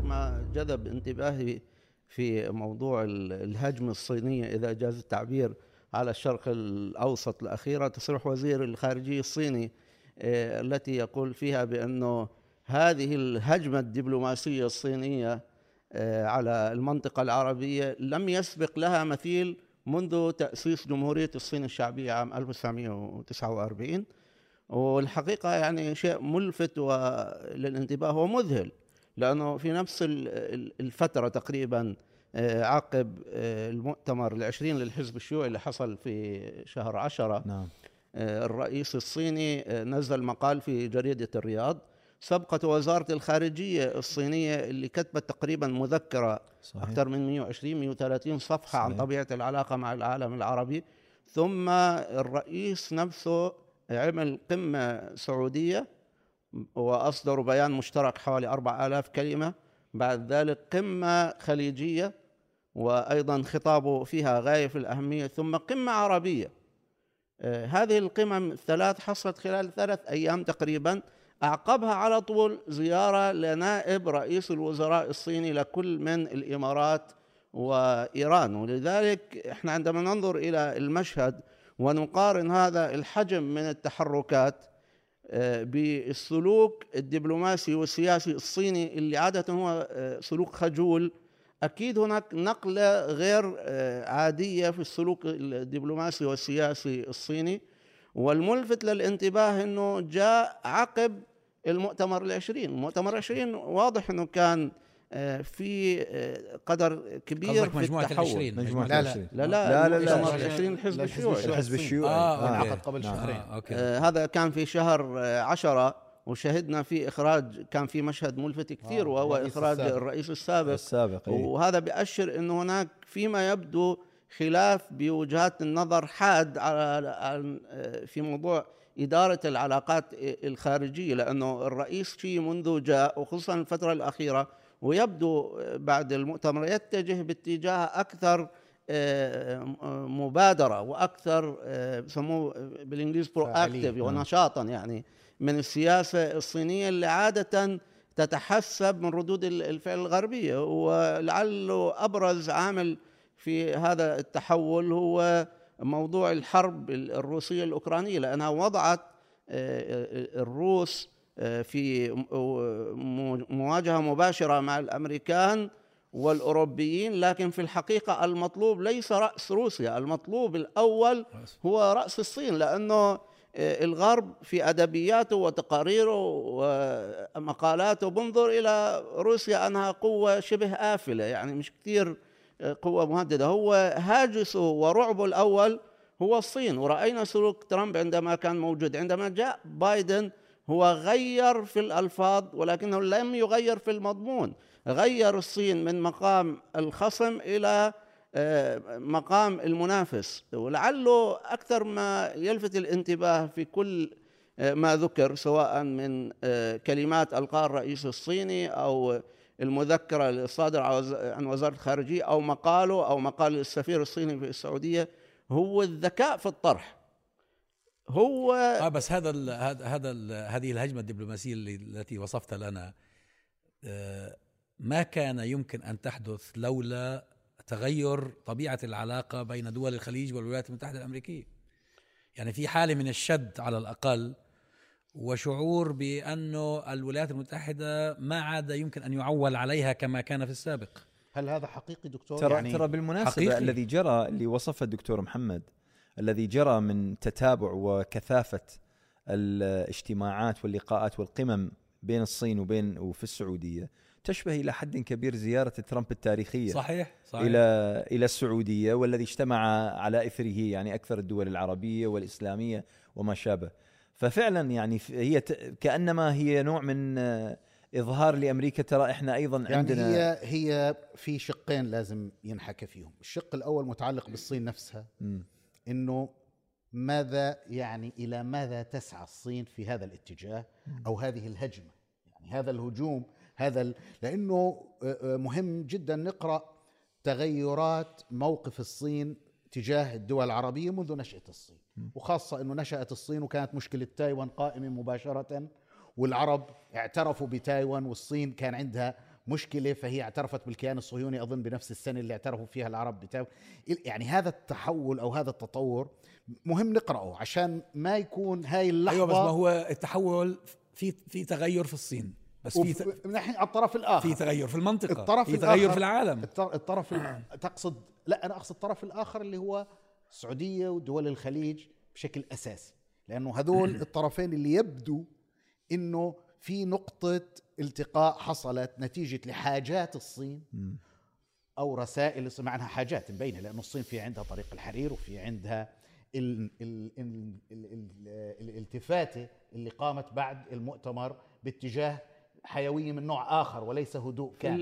ما جذب انتباهي في موضوع الهجمة الصينية إذا جاز التعبير على الشرق الأوسط الأخيرة تصريح وزير الخارجية الصيني التي يقول فيها بأنه هذه الهجمة الدبلوماسية الصينية على المنطقة العربية لم يسبق لها مثيل منذ تأسيس جمهورية الصين الشعبية عام 1949. والحقيقة يعني شيء ملفت للانتباه ومذهل، لأنه في نفس الفترة تقريبا عقب المؤتمر العشرين للحزب الشيوعي اللي حصل في شهر 10. نعم. الرئيس الصيني نزل مقال في جريدة الرياض. سبقت وزارة الخارجية الصينية اللي كتبت تقريبا مذكرة صحيح. أكثر من 120-130 صفحة صحيح. عن طبيعة العلاقة مع العالم العربي. ثم الرئيس نفسه عمل قمة سعودية وأصدروا بيان مشترك حوالي 4000 كلمة. بعد ذلك قمة خليجية وأيضا خطابه فيها غاية في الأهمية، ثم قمة عربية. هذه القمم الثلاث حصلت خلال 3 أيام تقريبا. أعقبها على طول زيارة لنائب رئيس الوزراء الصيني لكل من الإمارات وإيران. ولذلك إحنا عندما ننظر إلى المشهد ونقارن هذا الحجم من التحركات بالسلوك الدبلوماسي والسياسي الصيني اللي عادة هو سلوك خجول، أكيد هناك نقلة غير عادية في السلوك الدبلوماسي والسياسي الصيني. والملفت للانتباه أنه جاء عقب المؤتمر العشرين. المؤتمر العشرين واضح أنه كان في قدر كبير في التحول. لا المؤتمر العشرين الحزب الشيوعي انعقد قبل شهرين. هذا كان في شهر 10 وشهدنا فيه إخراج، كان في مشهد ملفت كثير وهو إخراج الرئيس السابق. وهذا بيأشر أنه هناك فيما يبدو خلاف بوجهات النظر حاد في موضوع إدارة العلاقات الخارجية، لأنه الرئيس شي منذ جاء وخصوصا الفترة الأخيرة ويبدو بعد المؤتمر يتجه باتجاه أكثر مبادرة وأكثر بسموه بالإنجليزي proactive ونشاطا يعني من السياسة الصينية اللي عادة تتحسب من ردود الفعل الغربية. ولعله أبرز عامل في هذا التحول هو موضوع الحرب الروسية الأوكرانية، لأنها وضعت الروس في مواجهة مباشرة مع الأمريكان والأوروبيين. لكن في الحقيقة المطلوب ليس رأس روسيا، المطلوب الأول هو رأس الصين، لأنه الغرب في أدبياته وتقاريره ومقالاته بنظر إلى روسيا أنها قوة شبه آفلة، يعني مش كتير قوة مهددة. هو هاجسه ورعبه الأول هو الصين. ورأينا سلوك ترامب عندما كان موجود. عندما جاء بايدن هو غير في الألفاظ ولكنه لم يغير في المضمون. غير الصين من مقام الخصم إلى مقام المنافس. ولعله أكثر ما يلفت الانتباه في كل ما ذكر سواء من كلمات ألقاها الرئيس الصيني أو المذكرة الصادرة عن وزارة الخارجية أو مقاله أو مقال السفير الصيني في السعودية هو الذكاء في الطرح. هو بس هذه الهجمة الدبلوماسية التي وصفت لنا ما كان يمكن أن تحدث لولا تغير طبيعة العلاقة بين دول الخليج والولايات المتحدة الأمريكية. يعني في حالة من الشد على الأقل وشعور بأنه الولايات المتحدة ما عاد يمكن أن يعول عليها كما كان في السابق. هل هذا حقيقي دكتور؟ ترى بالمناسبة حقيقي. الذي جرى اللي وصفه الدكتور محمد، الذي جرى من تتابع وكثافة الاجتماعات واللقاءات والقمم بين الصين وفي السعودية تشبه إلى حد كبير زيارة ترامب التاريخية صحيح. إلى السعودية، والذي اجتمع على إثره يعني أكثر الدول العربية والإسلامية وما شابه. ففعلا يعني هي كأنما هي نوع من إظهار لأمريكا ترى إحنا أيضا يعني عندنا. هي في شقين لازم ينحكى فيهم. الشق الأول متعلق بالصين نفسها، إنه ماذا يعني إلى ماذا تسعى الصين في هذا الاتجاه أو هذه الهجمة، يعني هذا الهجوم لأنه مهم جدا نقرأ تغيرات موقف الصين تجاه الدول العربية منذ نشأة الصين، وخاصة أنه نشأت الصين وكانت مشكلة تايوان قائمة مباشرة، والعرب اعترفوا بتايوان، والصين كان عندها مشكلة فهي اعترفت بالكيان الصهيوني أظن بنفس السنة اللي اعترفوا فيها العرب يعني هذا التحول أو هذا التطور مهم نقرأه عشان ما يكون هاي اللحظة. أيوة، بس ما هو التحول في تغير في الصين، بس من ناحية الطرف الآخر في تغير في المنطقة، الطرف في تغير الآخر في العالم. تقصد؟ لا، أنا أقصد الطرف الآخر اللي هو السعودية ودول الخليج بشكل أساسي، لأنه هذول الطرفين اللي يبدو إنه في نقطة التقاء حصلت نتيجة لحاجات الصين أو رسائل الصين. معناها حاجات مبينة، لأنه الصين في عندها طريق الحرير وفي عندها الالتفاتة اللي قامت بعد المؤتمر باتجاه حيوية من نوع آخر وليس هدوء كامل.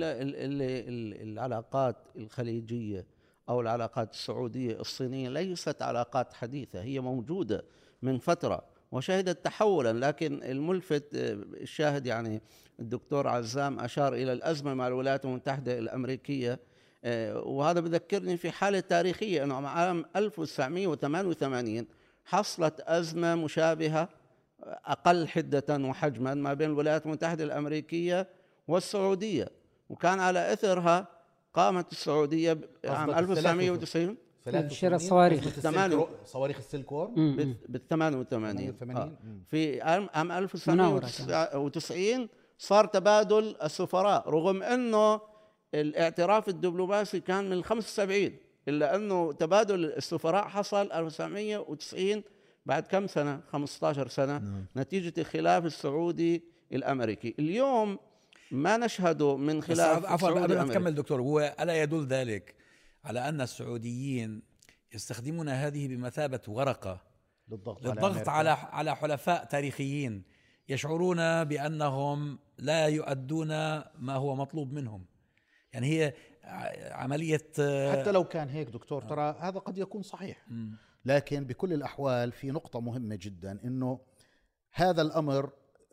العلاقات الخليجية أو العلاقات السعودية الصينية ليست علاقات حديثة، هي موجودة من فترة وشهدت تحولا، لكن الملفت الشاهد يعني الدكتور عزام أشار إلى الأزمة مع الولايات المتحدة الأمريكية، وهذا بذكرني في حالة تاريخية أنه عام 1988 حصلت أزمة مشابهة أقل حدة وحجما ما بين الولايات المتحدة الأمريكية والسعودية، وكان على أثرها قامت السعودية عام 1990 شراء الصواريخ، صواريخ السلكور بال 88 في عام 1990 صار تبادل السفراء، رغم أنه الاعتراف الدبلوماسي كان من 75، إلا أنه تبادل السفراء حصل 1990 بعد كم سنة؟ 15 سنة نتيجة الخلاف السعودي الأمريكي. اليوم ما نشهده من خلاف عفوا قبل ما تكمل دكتور، هو ألا يدل ذلك على أن السعوديين يستخدمون هذه بمثابة ورقة للضغط على حلفاء تاريخيين يشعرون بأنهم لا يؤدون ما هو مطلوب منهم؟ يعني هي عملية حتى لو كان هيك دكتور ترى هذا قد يكون صحيح، لكن بكل الأحوال في نقطة مهمة جدا، إنه هذا الأمر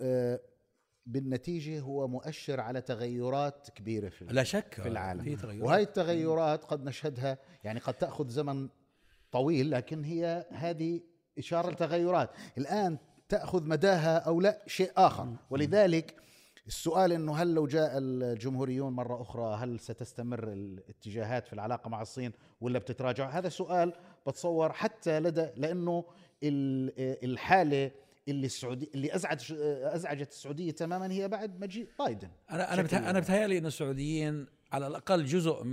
بالنتيجة هو مؤشر على تغيرات كبيرة لا شك في العالم، وهي التغيرات قد نشهدها يعني قد تأخذ زمن طويل، لكن هي هذه إشارة لتغيرات الآن تأخذ مداها أو لا شيء آخر. ولذلك السؤال إنه هل لو جاء الجمهوريون مرة أخرى هل ستستمر الاتجاهات في العلاقة مع الصين ولا بتتراجع؟ هذا سؤال بتصور حتى لأنه الحالة اللي أزعجت السعودية تماما هي بعد مجيء بايدن. أنا بتهيألي إن السعوديين على الأقل جزء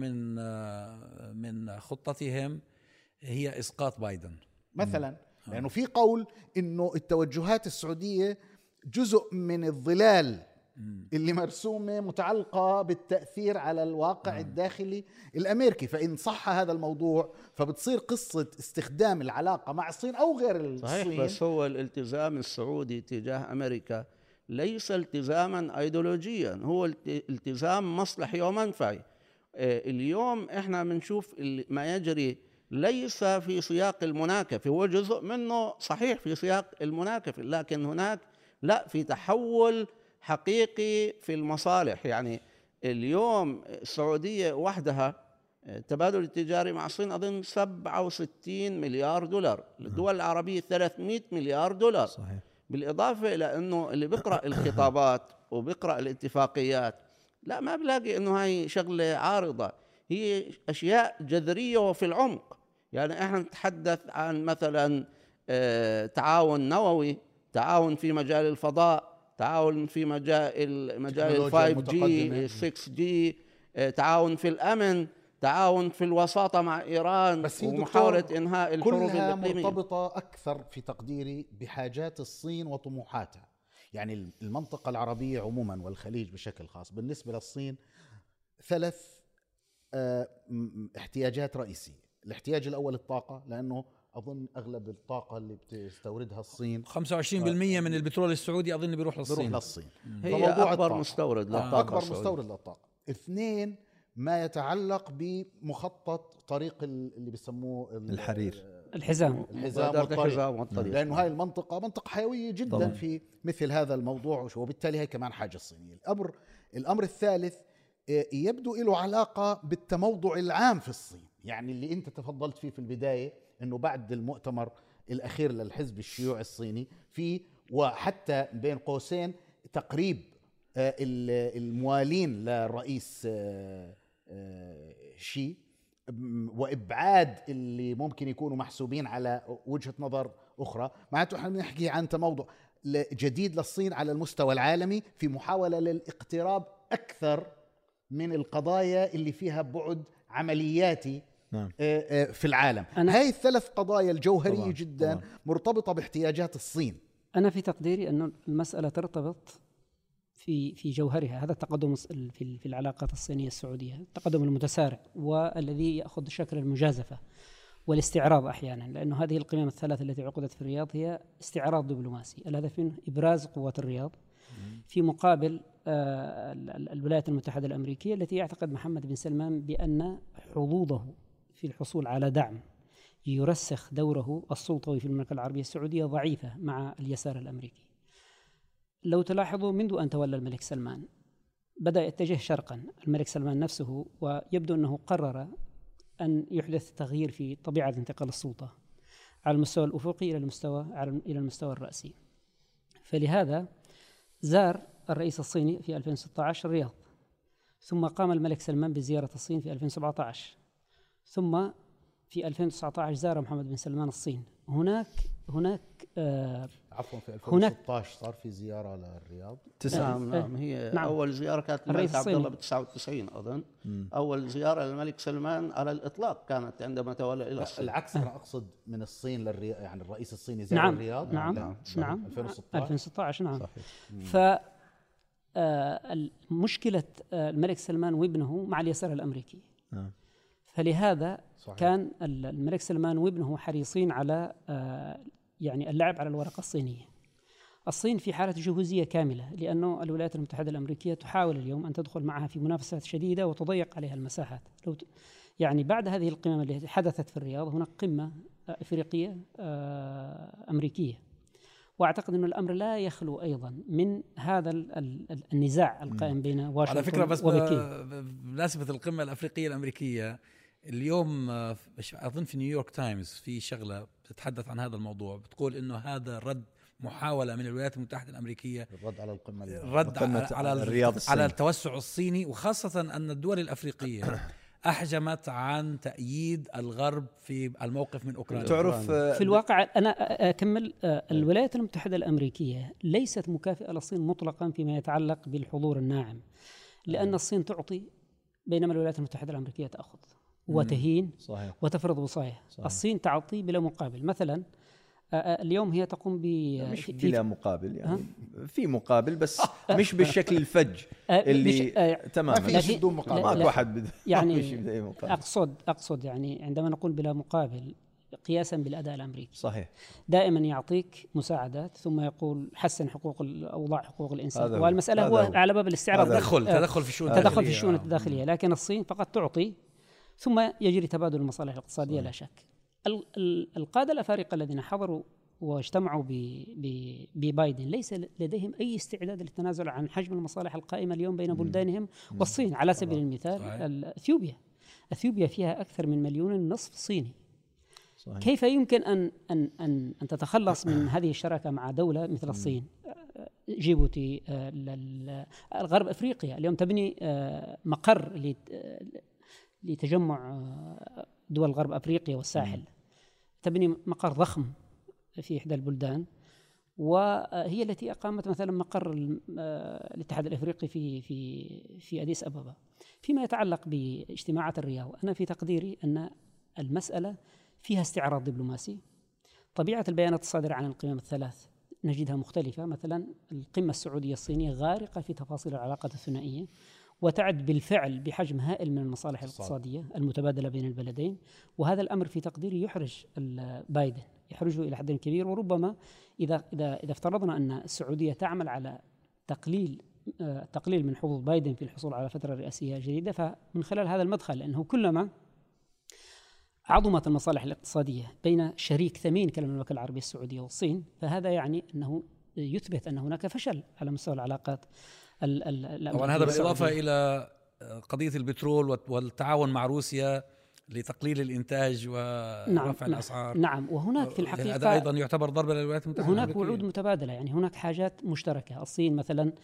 من خطتهم هي إسقاط بايدن مثلا، لأنه في قول إنه التوجهات السعودية جزء من الظلال اللي مرسومة متعلقة بالتأثير على الواقع الداخلي الأمريكي، فإن صح هذا الموضوع فبتصير قصة استخدام العلاقة مع الصين أو غير الصين. صحيح، بس هو الالتزام السعودي تجاه أمريكا ليس التزاما أيديولوجيا، هو التزام مصلحي ومنفعي. اليوم احنا بنشوف ما يجري ليس في سياق المناكفة، هو جزء منه صحيح في سياق المناكفة، لكن هناك لا، في تحول حقيقي في المصالح. يعني اليوم السعودية وحدها التبادل التجاري مع الصين أظن 67 مليار دولار، الدول العربية 300 مليار دولار. صحيح. بالإضافة إلى أنه اللي بيقرأ الخطابات وبيقرأ الاتفاقيات لا ما بلاقي أنه هاي شغلة عارضة، هي أشياء جذرية وفي العمق. يعني احنا نتحدث عن مثلا تعاون نووي، تعاون في مجال الفضاء، تعاون في مجال 5G 6G، تعاون في الأمن، تعاون في الوساطة مع إيران ومحاولة إنهاء الحروب الإقليمية. كلها مرتبطة أكثر في تقديري بحاجات الصين وطموحاتها. يعني المنطقة العربية عموما والخليج بشكل خاص بالنسبة للصين 3 احتياجات رئيسية. الاحتياج الأول الطاقة، لأنه أظن أغلب الطاقة اللي بتستوردها الصين 25% من البترول السعودي أظن بيروح للصين. هي أكبر مستورد للطاقة. أكبر مستورد للطاقة. 2 ما يتعلق بمخطط طريق اللي بيسموه الحزام والطريق، لأنه هاي المنطقة منطقة حيوية جدا طبعا في مثل هذا الموضوع، وبالتالي هي كمان حاجة صينية. الأمر الثالث يبدو له علاقة بالتموضع العام في الصين، يعني اللي أنت تفضلت فيه في البداية، أنه بعد المؤتمر الأخير للحزب الشيوعي الصيني في وحتى بين قوسين تقريب الموالين للرئيس شي وإبعاد اللي ممكن يكونوا محسوبين على وجهة نظر أخرى. معناته احنا نحكي عن تموضع جديد للصين على المستوى العالمي في محاولة للاقتراب أكثر من القضايا اللي فيها بعد عملياتي في العالم. هاي الثلاث قضايا الجوهرية طبعاً جدا طبعاً مرتبطة باحتياجات الصين. أنا في تقديري أن المسألة ترتبط في جوهرها. هذا التقدم في العلاقات الصينية السعودية، التقدم المتسارع والذي يأخذ شكل المجازفة والاستعراض أحيانا، لأنه هذه القمم الثلاث التي عقدت في الرياض هي استعراض دبلوماسي، الهدف منه إبراز قوة الرياض في مقابل الولايات المتحدة الأمريكية، التي يعتقد محمد بن سلمان بأن حظوظه في الحصول على دعم يرسخ دوره السلطوي في المملكة العربية السعودية ضعيفة مع اليسار الأمريكي. لو تلاحظوا منذ أن تولى الملك سلمان بدأ يتجه شرقا الملك سلمان نفسه، ويبدو أنه قرر أن يحدث تغيير في طبيعة انتقال السلطة على المستوى الأفقي إلى المستوى الرأسي. فلهذا زار الرئيس الصيني في 2016 الرياض، ثم قام الملك سلمان بزيارة الصين في 2017، ثم في 2019 زار محمد بن سلمان الصين. هناك عفوا في 2016 صار في زيارة للرياض. نعم هي نعم. أول زيارة كانت الملك عبد الله ب99 أظن. أول زيارة للملك سلمان على الإطلاق كانت عندما تولى إلى الصين. العكس أنا أقصد من الصين للرياض، يعني الرئيس الصيني زار نعم. الرياض. نعم 2016 نعم صحيح. فمشكلة الملك سلمان وابنه مع اليسار الأمريكي. فلهذا صحيح. كان الملك سلمان وابنه حريصين على يعني اللعب على الورقة الصينية. الصين في حالة جهوزية كاملة، لأنه الولايات المتحدة الأمريكية تحاول اليوم أن تدخل معها في منافسات شديدة وتضيق عليها المساحات. يعني بعد هذه القمم التي حدثت في الرياض هناك قمة إفريقية أمريكية، وأعتقد أن الأمر لا يخلو أيضا من هذا النزاع القائم بين واشنطن على فكرة. بس بمناسبة القمة الأفريقية الأمريكية اليوم أظن في نيويورك تايمز في شغلة بتتحدث عن هذا الموضوع، بتقول إنه هذا رد محاولة من الولايات المتحدة الأمريكية الرد على القمة، على الرياض على التوسع الصيني، وخاصة أن الدول الأفريقية أحجمت عن تأييد الغرب في الموقف من أوكرانيا. تعرف في الواقع أنا أكمل، الولايات المتحدة الأمريكية ليست مكافئة للصين مطلقا فيما يتعلق بالحضور الناعم، لأن الصين تعطي بينما الولايات المتحدة الأمريكية تأخذ وتهين صحيح. وتفرض وصاية. الصين تعطي بلا مقابل. مثلا اليوم هي تقوم مش بلا مقابل، يعني في مقابل بس مش بالشكل الفج اللي تماما. ما في بدون مقابل، ماكو واحد يعني أقصد يعني عندما نقول بلا مقابل قياسا بالأداء الأمريكي صحيح دائما يعطيك مساعدات ثم يقول حسن أوضاع حقوق الإنسان، والمسألة هو على باب الاستعراض تدخل في الشؤون الداخلية. لكن الصين فقط تعطي ثم يجري تبادل المصالح الاقتصادية لا شك. القادة الأفارقة الذين حضروا واجتمعوا ببايدن ليس لديهم أي استعداد للتنازل عن حجم المصالح القائمة اليوم بين بلدانهم والصين. على سبيل المثال أثيوبيا فيها أكثر من 1.5 مليون صيني. صحيح. كيف يمكن أن تتخلص من هذه الشراكة مع دولة مثل الصين؟ جيبوتي، الغرب أفريقيا اليوم تبني مقر لتجمع دول غرب أفريقيا والساحل، تبني مقر ضخم في إحدى البلدان، وهي التي أقامت مثلا مقر الاتحاد الأفريقي في أديس أبابا. فيما يتعلق باجتماعات الرياض، أنا في تقديري أن المسألة فيها استعراض دبلوماسي. طبيعة البيانات الصادرة عن القمم الثلاث نجدها مختلفة. مثلا القمة السعودية الصينية غارقة في تفاصيل العلاقات الثنائية، وتعد بالفعل بحجم هائل من المصالح الاقتصادية المتبادلة بين البلدين، وهذا الأمر في تقديري يحرج بايدن، يحرجه إلى حد كبير. وربما إذا افترضنا أن السعودية تعمل على تقليل من حظوظ بايدن في الحصول على فترة رئاسية جديدة، فمن خلال هذا المدخل، لأنه كلما عظمت المصالح الاقتصادية بين شريك ثمين كالمملكة العربية السعودية والصين، فهذا يعني أنه يثبت أن هناك فشل على مستوى العلاقات. طبعا هذا بالإضافة إلى قضية البترول والتعاون مع روسيا لتقليل الإنتاج ورفع الأسعار. نعم، وهناك في الحقيقة هذا أيضا يعتبر ضربة للولايات المتحدة هناك وعود متبادلة، يعني هناك حاجات مشتركة. الصين مثلا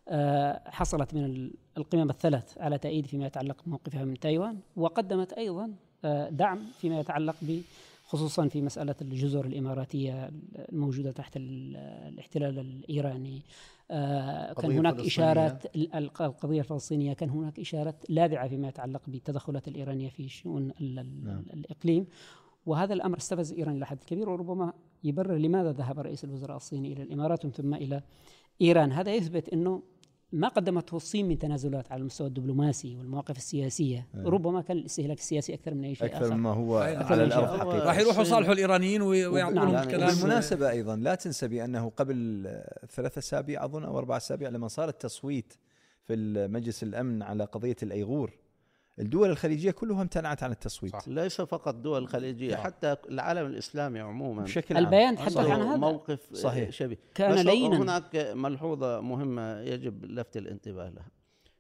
حصلت من القمم الثلاث على تأييد فيما يتعلق بموقفها من تايوان، وقدمت أيضا دعم فيما يتعلق خصوصا في مسألة الجزر الإماراتية الموجودة تحت الاحتلال الإيراني. كان هناك إشارات القضية الفلسطينية، كان هناك إشارات لاذعة فيما يتعلق بالتدخلات الإيرانية في شؤون الإقليم، وهذا الأمر استفز إيران إلى حد كبير، وربما يبرر لماذا ذهب رئيس الوزراء الصيني إلى الإمارات ثم إلى إيران. هذا يثبت أنه ما قدمته الصين من تنازلات على المستوى الدبلوماسي والمواقف السياسية، ربما كان الاستهلاك السياسي أكثر من أي شيء أكثر مما هو أكثر على من شيء الأرض حقيقة. راح يروحوا صالحوا الإيرانيين ويعملوا يعني كلام. بالمناسبة أيضا لا تنسى بأنه قبل 3 أسابيع أظن أو 4 أسابيع لما صار التصويت في مجلس الأمن على قضية الأيغور، الدول الخليجية كلها امتنعت عن التصويت. صح. ليس فقط الدول الخليجية، حتى العالم الإسلامي عموما بشكل عام البيان تحدث عن هذا موقف صحيح. شبيه. كان بس لينا. هناك ملحوظة مهمة يجب لفت الانتباه لها.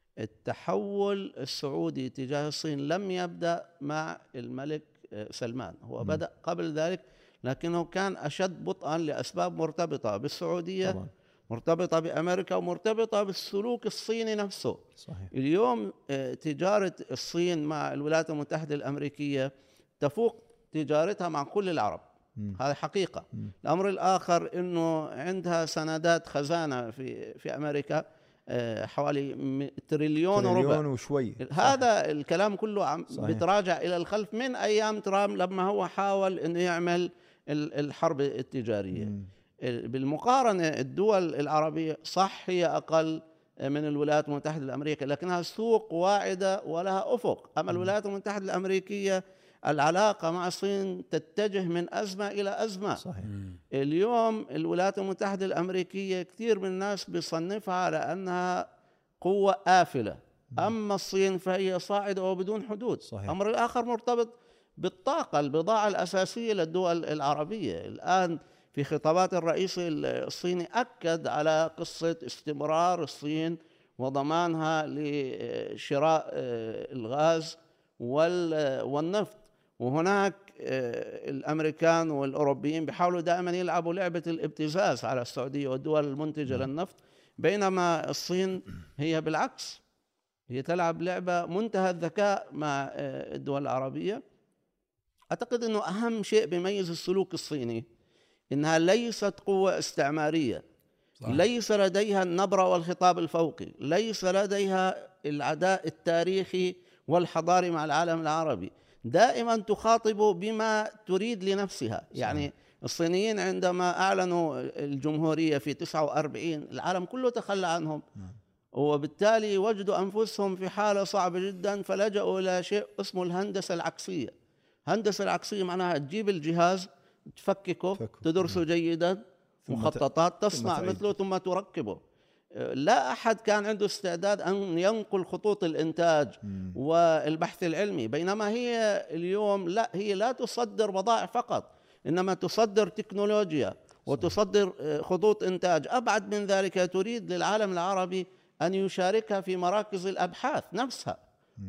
التحول السعودي تجاه الصين لم يبدأ مع الملك سلمان، هو بدأ قبل ذلك، لكنه كان أشد بطئا لأسباب مرتبطة بالسعودية طبعا. مرتبطة بأمريكا ومرتبطة بالسلوك الصيني نفسه. صحيح. اليوم تجارة الصين مع الولايات المتحدة الأمريكية تفوق تجارتها مع كل العرب. هذا حقيقة. الأمر الآخر أنه عندها سندات خزانة في أمريكا حوالي تريليون وربع وشوي. هذا الكلام كله بتراجع إلى الخلف من أيام ترامب لما هو حاول أنه يعمل الحرب التجارية. بالمقارنة الدول العربية صح هي أقل من الولايات المتحدة الأمريكية، لكنها سوق واعدة ولها أفق. أما الولايات المتحدة الأمريكية العلاقة مع الصين تتجه من أزمة إلى أزمة. صحيح. اليوم الولايات المتحدة الأمريكية كثير من الناس بيصنفها على أنها قوة آفلة، أما الصين فهي صاعدة وبدون حدود. صحيح. الأمر الآخر مرتبط بالطاقة، البضاعة الأساسية للدول العربية. الآن في خطابات الرئيس الصيني أكد على قصة استمرار الصين وضمانها لشراء الغاز والنفط، وهناك الأمريكان والأوروبيين بيحاولوا دائما يلعبوا لعبة الابتزاز على السعودية والدول المنتجة للنفط، بينما الصين هي بالعكس، هي تلعب لعبة منتهى الذكاء مع الدول العربية. أعتقد أنه أهم شيء بيميز السلوك الصيني إنها ليست قوة استعمارية. صح. ليس لديها النبرة والخطاب الفوقي، ليس لديها العداء التاريخي والحضاري مع العالم العربي، دائما تخاطب بما تريد لنفسها. صح. يعني الصينيين عندما أعلنوا الجمهورية في 49 العالم كله تخلى عنهم، وبالتالي وجدوا أنفسهم في حالة صعبة جدا، فلجأوا إلى شيء اسمه الهندسة العكسية. الهندسة العكسية معناها تجيب الجهاز تفككه تدرسه جيدا، مخططات تصنع مثله ثم تركبه. لا أحد كان عنده استعداد أن ينقل خطوط الإنتاج والبحث العلمي، بينما هي اليوم لا، هي لا تصدر بضائع فقط، إنما تصدر تكنولوجيا وتصدر خطوط إنتاج. أبعد من ذلك تريد للعالم العربي أن يشاركها في مراكز الأبحاث نفسها،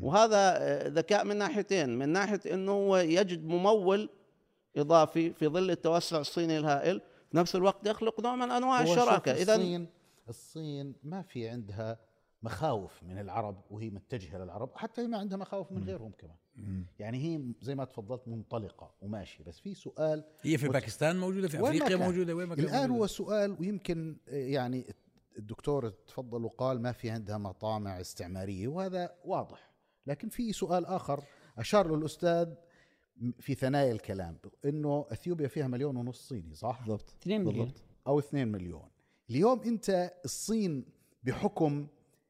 وهذا ذكاء من ناحيتين، من ناحية أنه يجد ممول إضافي في ظل التوسع الصيني الهائل، في نفس الوقت يخلق نوع من أنواع الشراكة. إذن الصين ما في عندها مخاوف من العرب وهي متجهة للعرب، حتى هي ما عندها مخاوف من غيرهم كمان. يعني هي زي ما تفضلت منطلقة وماشية. بس في سؤال، هي في باكستان موجودة، في أفريقيا موجودة، وين ما كان الآن موجودة. هو سؤال، ويمكن يعني الدكتور تفضل وقال ما في عندها مطامع استعمارية، وهذا واضح. لكن في سؤال آخر أشار له الأستاذ في ثنايا الكلام، إنه أثيوبيا فيها 1.5 مليون صيني، صح؟ بالضبط. 2 مليون أو 2 مليون. اليوم أنت الصين بحكم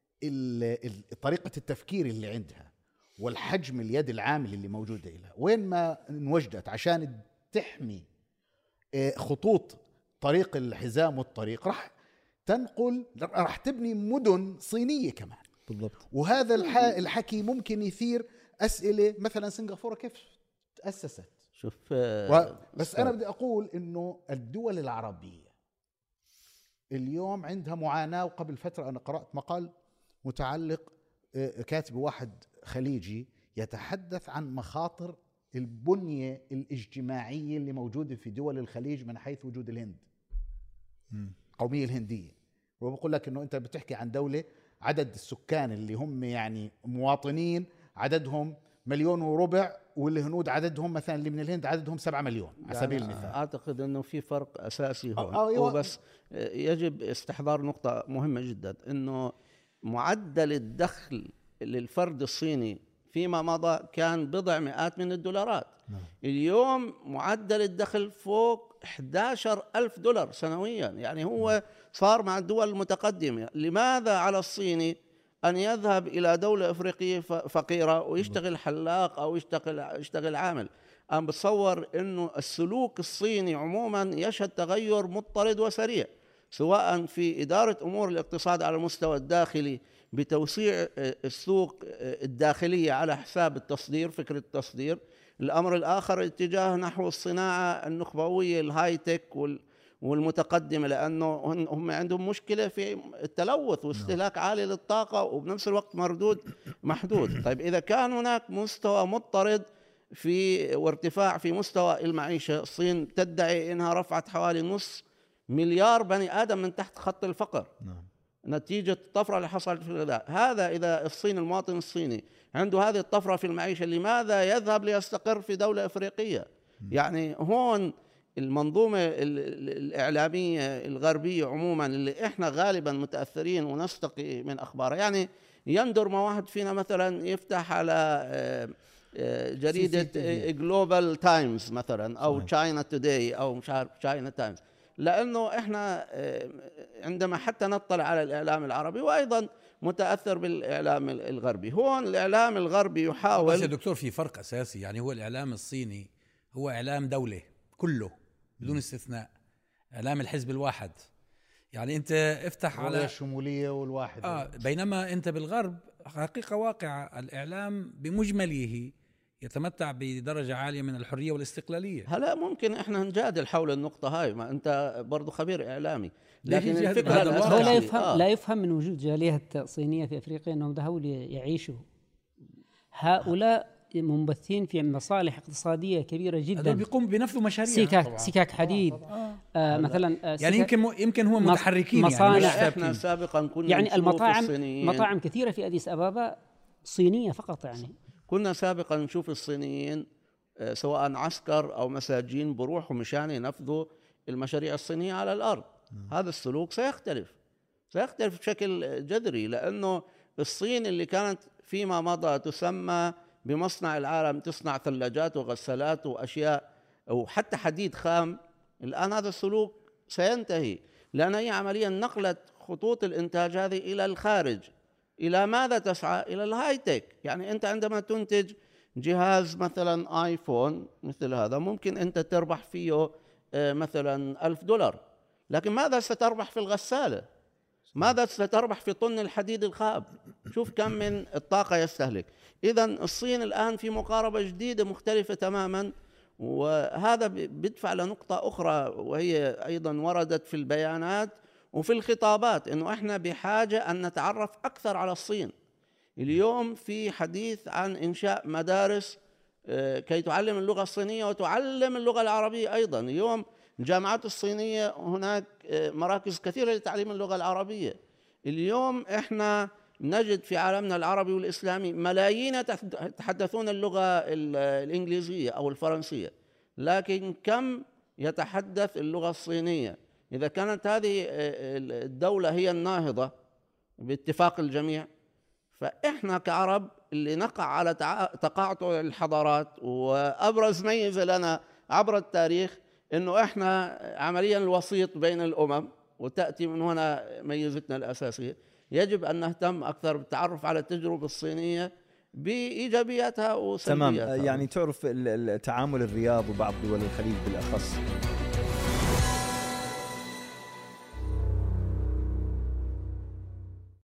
طريقة التفكير اللي عندها والحجم اليد العامل اللي موجودة لها، وين ما انوجدت عشان تحمي خطوط طريق الحزام والطريق، راح تبني مدن صينية كمان. بالضبط. وهذا الحكي ممكن يثير أسئلة، مثلا سنغافورة كيف تأسست؟ شوف بس أنا بدي أقول إنه الدول العربية اليوم عندها معاناة. وقبل فترة أنا قرأت مقال متعلق، كاتب واحد خليجي يتحدث عن مخاطر البنية الاجتماعية اللي موجودة في دول الخليج من حيث وجود الهند، القومية الهندية، وبقول لك انه انت بتحكي عن دولة عدد السكان اللي هم يعني مواطنين عددهم 1.4 مليون، والهنود عددهم مثلا اللي من الهند عددهم 7 مليون على سبيل المثال. اعتقد انه في فرق اساسي هون. وبس يجب استحضار نقطة مهمة جدا، انه معدل الدخل للفرد الصيني فيما مضى كان بضع مئات من الدولارات. اليوم معدل الدخل فوق 11,000 دولار سنويا، يعني هو صار مع الدول المتقدمة. لماذا على الصيني أن يذهب إلى دولة أفريقية فقيرة ويشتغل حلاق أو يشتغل عامل؟ أنا بتصور أنه السلوك الصيني عموما يشهد تغير مضطرد وسريع، سواء في إدارة أمور الاقتصاد على المستوى الداخلي بتوسيع السوق الداخلية على حساب التصدير، فكرة التصدير. الأمر الآخر اتجاه نحو الصناعة النخبوية الهاي تك والمتقدمة، لأنه هم عندهم مشكلة في التلوث واستهلاك عالي للطاقة وبنفس الوقت مردود محدود. طيب إذا كان هناك مستوى مضطرد وارتفاع في مستوى المعيشة، الصين تدعي أنها رفعت حوالي 500 مليار بني آدم من تحت خط الفقر نتيجة الطفرة اللي حصلت في الغذاء. هذا إذا المواطن الصيني عنده هذه الطفرة في المعيشة، لماذا يذهب ليستقر في دولة أفريقية؟ يعني هون المنظومة الإعلامية الغربية عموما اللي إحنا غالبا متأثرين ونستقي من أخبارها، يعني يندر ما واحد فينا مثلا يفتح على جريدة جلوبال تايمز مثلا أو تشاينا توداي أو مش عارف تشاينا تايمز، لأنه إحنا عندما حتى نطلع على الإعلام العربي وأيضا متأثر بالإعلام الغربي. هون الإعلام الغربي يحاول. بس يا دكتور في فرق أساسي، يعني هو الإعلام الصيني هو إعلام دولة كله بدون استثناء، إعلام الحزب الواحد، يعني أنت افتح على الشمولية والواحد بينما أنت بالغرب حقيقة واقعة الإعلام بمجمله يتمتع بدرجة عالية من الحرية والاستقلالية. هلا ممكن احنا نجادل حول النقطة هاي، ما انت برضو خبير اعلامي، لكن الفكرة هو لا يفهم من وجود جالية صينية في افريقيا انهم ذهبوا ليعيشوا. هؤلاء منبثين في مصالح اقتصادية كبيرة جدا، بيقوم بنفذوا مشاريع سكاك حديد مثلا، يعني يمكن هو متحركين، مصانع. يعني احنا سابقا كنا يعني مطاعم كثيرة في أديس أبابا صينية فقط، يعني كنا سابقا نشوف الصينيين سواء عسكر أو مساجين بروحوا مشان ينفذوا المشاريع الصينية على الأرض. هذا السلوك سيختلف بشكل جذري، لأنه الصين اللي كانت فيما مضى تسمى بمصنع العالم، تصنع ثلاجات وغسالات وأشياء وحتى حديد خام، الآن هذا السلوك سينتهي، لأن هي عمليا نقلت خطوط الإنتاج هذه إلى الخارج. إلى ماذا تسعى؟ إلى الهاي تك. يعني أنت عندما تنتج جهاز مثلا آيفون مثل هذا ممكن أنت تربح فيه مثلا $1000، لكن ماذا ستربح في الغسالة؟ ماذا ستربح في طن الحديد الخام؟ شوف كم من الطاقة يستهلك. إذن الصين الآن في مقاربة جديدة مختلفة تماما، وهذا بدفع لنقطة أخرى وهي أيضا وردت في البيانات وفي الخطابات، إنه إحنا بحاجة أن نتعرف أكثر على الصين. اليوم في حديث عن إنشاء مدارس كي تعلم اللغة الصينية وتعلم اللغة العربية أيضا. اليوم الجامعات الصينية هناك مراكز كثيرة لتعليم اللغة العربية. اليوم إحنا نجد في عالمنا العربي والإسلامي ملايين يتحدثون اللغة الإنجليزية أو الفرنسية، لكن كم يتحدث اللغة الصينية؟ إذا كانت هذه الدولة هي الناهضة باتفاق الجميع، فإحنا كعرب اللي نقع على تقاطع الحضارات، وأبرز ميزة لنا عبر التاريخ إنه إحنا عمليا الوسيط بين الأمم، وتأتي من هنا ميزتنا الأساسية. يجب أن نهتم أكثر بالتعرف على التجربة الصينية بإيجابياتها وسلبياتها. تمام. يعني تعرف تعامل الرياض وبعض دول الخليج بالأخص